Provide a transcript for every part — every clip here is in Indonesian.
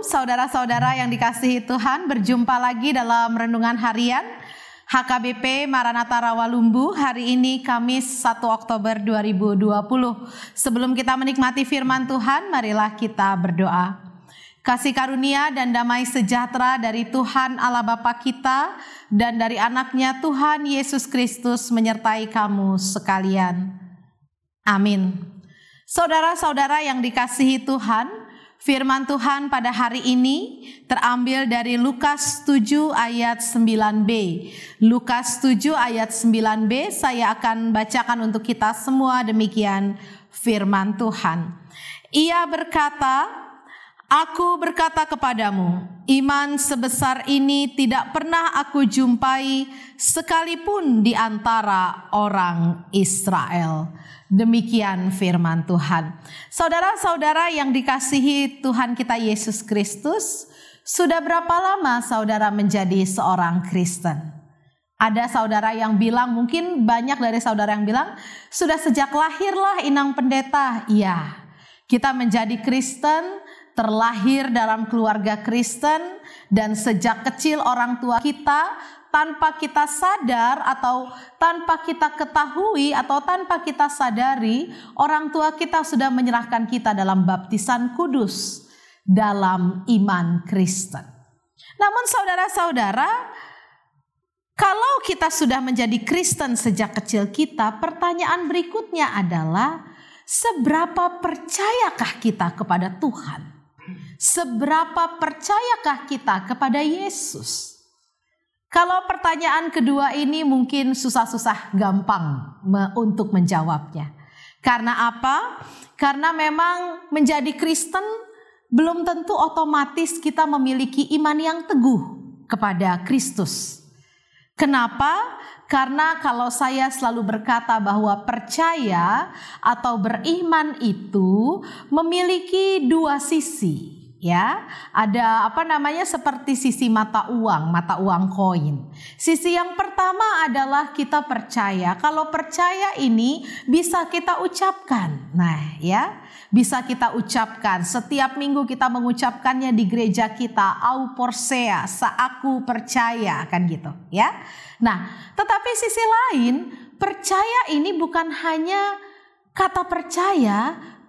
saudara-saudara yang dikasihi Tuhan, berjumpa lagi dalam renungan harian HKBP Maranatha Rawalumbu hari ini Kamis 1 Oktober 2020. Sebelum kita menikmati firman Tuhan, marilah kita berdoa. Kasih karunia dan damai sejahtera dari Tuhan Allah Bapa kita dan dari anaknya Tuhan Yesus Kristus menyertai kamu sekalian. Amin. Saudara-saudara yang dikasihi Tuhan, firman Tuhan pada hari ini terambil dari Lukas 7 ayat 9b. Lukas 7 ayat 9b saya akan bacakan untuk kita semua, demikian firman Tuhan. Ia berkata, "Aku berkata kepadamu, iman sebesar ini tidak pernah aku jumpai sekalipun di antara orang Israel." Demikian firman Tuhan. Saudara-saudara yang dikasihi Tuhan kita Yesus Kristus, sudah berapa lama saudara menjadi seorang Kristen? Ada saudara yang bilang, mungkin banyak dari saudara yang bilang, sudah sejak lahirlah Inang Pendeta. Iya, kita menjadi Kristen, terlahir dalam keluarga Kristen, dan sejak kecil orang tua kita tanpa kita sadar atau tanpa kita ketahui atau tanpa kita sadari, orang tua kita sudah menyerahkan kita dalam baptisan kudus dalam iman Kristen. Namun saudara-saudara, kalau kita sudah menjadi Kristen sejak kecil kita, pertanyaan berikutnya adalah, seberapa percayakah kita kepada Tuhan? Seberapa percayakah kita kepada Yesus? Kalau pertanyaan kedua ini mungkin susah-susah gampang untuk menjawabnya. Karena apa? Karena memang menjadi Kristen belum tentu otomatis kita memiliki iman yang teguh kepada Kristus. Kenapa? Karena kalau saya selalu berkata bahwa percaya atau beriman itu memiliki dua sisi. Ya, ada seperti sisi mata uang koin. Sisi yang pertama adalah kita percaya. Kalau percaya ini bisa kita ucapkan. Nah, ya, bisa kita ucapkan. Setiap minggu kita mengucapkannya di gereja kita, au porcea, aku percaya, kan gitu, ya. Nah, tetapi sisi lain, percaya ini bukan hanya kata percaya,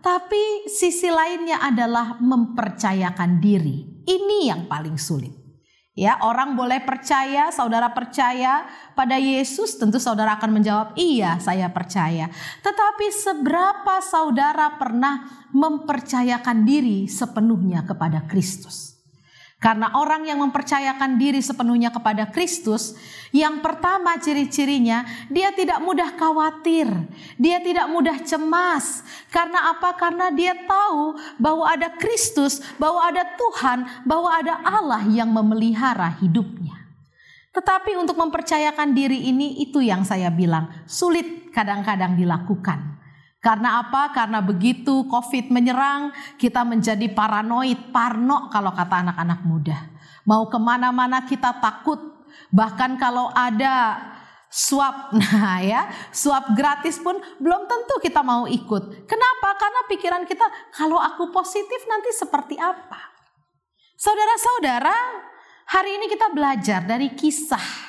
tapi sisi lainnya adalah mempercayakan diri. Ini yang paling sulit. Ya, orang boleh percaya, saudara percaya pada Yesus, tentu saudara akan menjawab, iya saya percaya. Tetapi seberapa saudara pernah mempercayakan diri sepenuhnya kepada Kristus? Karena orang yang mempercayakan diri sepenuhnya kepada Kristus, yang pertama ciri-cirinya, dia tidak mudah khawatir, dia tidak mudah cemas. Karena apa? Karena dia tahu bahwa ada Kristus, bahwa ada Tuhan, bahwa ada Allah yang memelihara hidupnya. Tetapi untuk mempercayakan diri ini, itu yang saya bilang, sulit kadang-kadang dilakukan. Karena apa? Karena begitu COVID menyerang, kita menjadi paranoid, parno kalau kata anak-anak muda. Mau kemana-mana kita takut. Bahkan kalau ada swab, swab gratis pun belum tentu kita mau ikut. Kenapa? Karena pikiran kita, kalau aku positif nanti seperti apa? Saudara-saudara, hari ini kita belajar dari kisah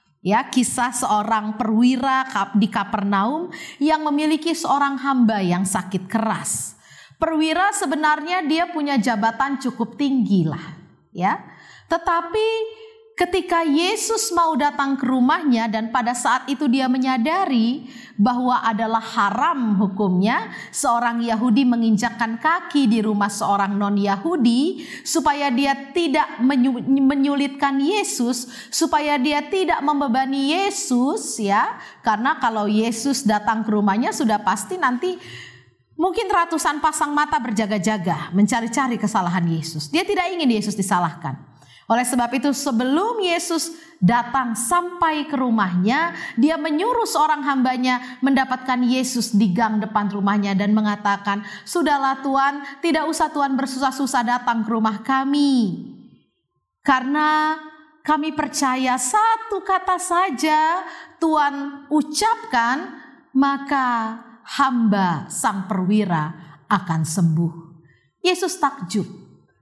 seorang perwira di Kapernaum yang memiliki seorang hamba yang sakit keras. Perwira sebenarnya dia punya jabatan cukup tinggi lah, ya. Tetapi ketika Yesus mau datang ke rumahnya dan pada saat itu dia menyadari bahwa adalah haram hukumnya seorang Yahudi menginjakkan kaki di rumah seorang non-Yahudi, supaya dia tidak menyulitkan Yesus, supaya dia tidak membebani Yesus, ya. Karena kalau Yesus datang ke rumahnya sudah pasti nanti mungkin ratusan pasang mata berjaga-jaga mencari-cari kesalahan Yesus. Dia tidak ingin Yesus disalahkan. Oleh sebab itu sebelum Yesus datang sampai ke rumahnya, dia menyuruh seorang hambanya mendapatkan Yesus di gang depan rumahnya dan mengatakan, "Sudahlah Tuan, tidak usah Tuan bersusah-susah datang ke rumah kami. Karena kami percaya satu kata saja Tuan ucapkan, maka hamba sang perwira akan sembuh." Yesus takjub.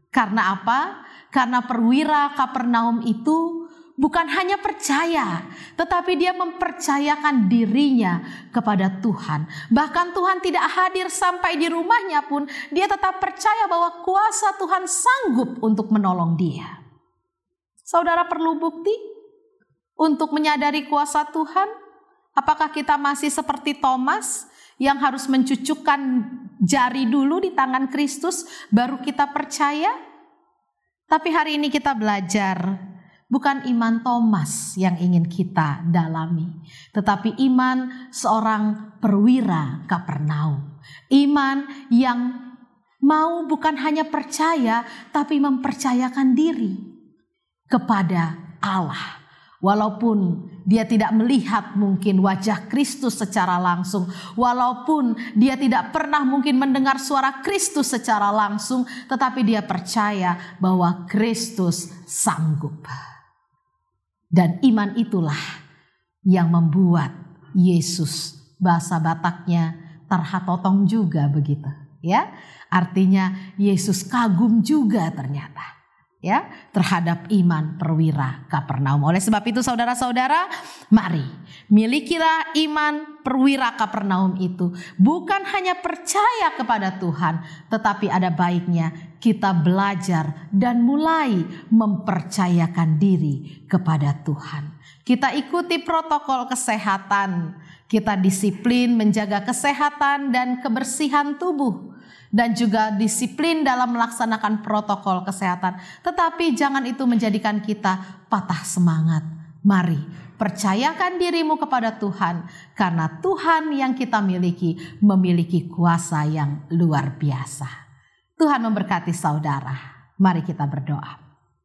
Karena apa? Karena perwira Kapernaum itu bukan hanya percaya, tetapi dia mempercayakan dirinya kepada Tuhan. Bahkan Tuhan tidak hadir sampai di rumahnya pun, dia tetap percaya bahwa kuasa Tuhan sanggup untuk menolong dia. Saudara perlu bukti untuk menyadari kuasa Tuhan? Apakah kita masih seperti Thomas yang harus mencucukkan jari dulu di tangan Kristus baru kita percaya? Tapi hari ini kita belajar, bukan iman Thomas yang ingin kita dalami, tetapi iman seorang perwira Kapernaum. Iman yang mau bukan hanya percaya, tapi mempercayakan diri kepada Allah. Walaupun dia tidak melihat mungkin wajah Kristus secara langsung, walaupun dia tidak pernah mungkin mendengar suara Kristus secara langsung, tetapi dia percaya bahwa Kristus sanggup. Dan iman itulah yang membuat Yesus, bahasa Bataknya tarhatotong juga begitu, ya. Artinya Yesus kagum juga ternyata, ya, terhadap iman perwira Kapernaum. Oleh sebab itu saudara-saudara, mari milikilah iman perwira Kapernaum itu. Bukan hanya percaya kepada Tuhan, tetapi ada baiknya kita belajar dan mulai mempercayakan diri kepada Tuhan. Kita ikuti protokol kesehatan, kita disiplin menjaga kesehatan dan kebersihan tubuh, dan juga disiplin dalam melaksanakan protokol kesehatan. Tetapi jangan itu menjadikan kita patah semangat. Mari percayakan dirimu kepada Tuhan, karena Tuhan yang kita miliki memiliki kuasa yang luar biasa. Tuhan memberkati saudara. Mari kita berdoa.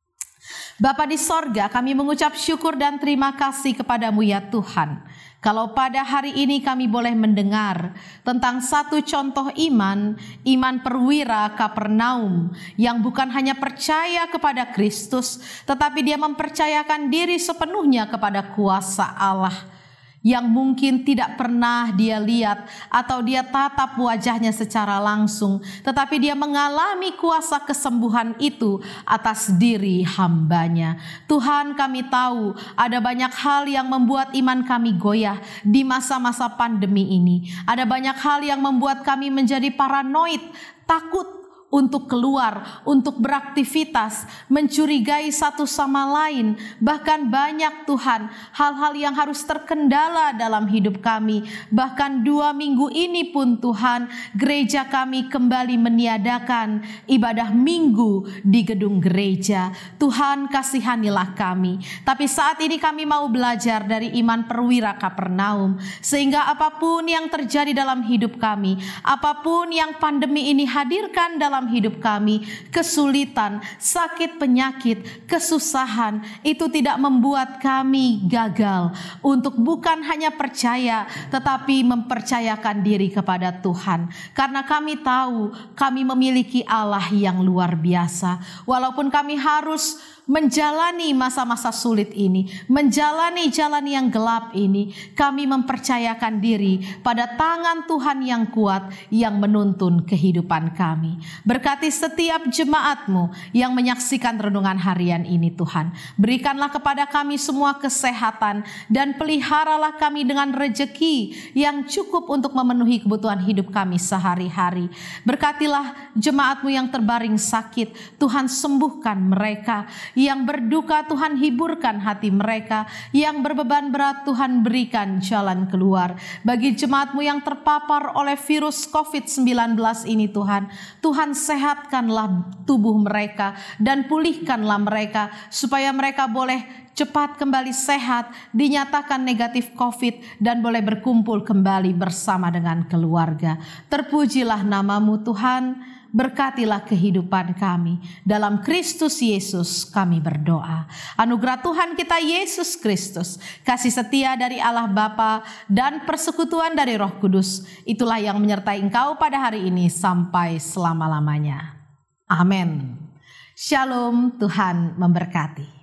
Bapa di sorga, kami mengucap syukur dan terima kasih kepadamu ya Tuhan. Kalau pada hari ini kami boleh mendengar tentang satu contoh iman perwira Kapernaum yang bukan hanya percaya kepada Kristus, tetapi dia mempercayakan diri sepenuhnya kepada kuasa Allah yang mungkin tidak pernah dia lihat atau dia tatap wajahnya secara langsung, tetapi dia mengalami kuasa kesembuhan itu atas diri hambanya. Tuhan, kami tahu ada banyak hal yang membuat iman kami goyah di masa-masa pandemi ini. Ada banyak hal yang membuat kami menjadi paranoid, takut untuk keluar, untuk beraktivitas, mencurigai satu sama lain. Bahkan banyak Tuhan, hal-hal yang harus terkendala dalam hidup kami. Bahkan 2 minggu ini pun Tuhan, gereja kami kembali meniadakan ibadah minggu di gedung gereja. Tuhan, kasihanilah kami. Tapi saat ini kami mau belajar dari iman perwira Kapernaum, sehingga apapun yang terjadi dalam hidup kami, apapun yang pandemi ini hadirkan dalam hidup kami, kesulitan, sakit, penyakit, kesusahan, itu tidak membuat kami gagal untuk bukan hanya percaya, tetapi mempercayakan diri kepada Tuhan. Karena kami tahu kami memiliki Allah yang luar biasa. Walaupun kami harus menjalani masa-masa sulit ini, menjalani jalan yang gelap ini, kami mempercayakan diri pada tangan Tuhan yang kuat yang menuntun kehidupan kami. Berkati setiap jemaat-Mu yang menyaksikan renungan harian ini Tuhan. Berikanlah kepada kami semua kesehatan dan peliharalah kami dengan rejeki yang cukup untuk memenuhi kebutuhan hidup kami sehari-hari. Berkatilah jemaat-Mu yang terbaring sakit, Tuhan sembuhkan mereka. Yang berduka Tuhan hiburkan hati mereka. Yang berbeban berat Tuhan berikan jalan keluar. Bagi jemaat-Mu yang terpapar oleh virus COVID-19 ini Tuhan, Tuhan sehatkanlah tubuh mereka dan pulihkanlah mereka supaya mereka boleh cepat kembali sehat, dinyatakan negatif COVID dan boleh berkumpul kembali bersama dengan keluarga. Terpujilah nama-Mu Tuhan. Berkatilah kehidupan kami. Dalam Kristus Yesus kami berdoa. Anugerah Tuhan kita Yesus Kristus, kasih setia dari Allah Bapa dan persekutuan dari Roh Kudus, itulah yang menyertai engkau pada hari ini sampai selama-lamanya. Amin. Shalom, Tuhan memberkati.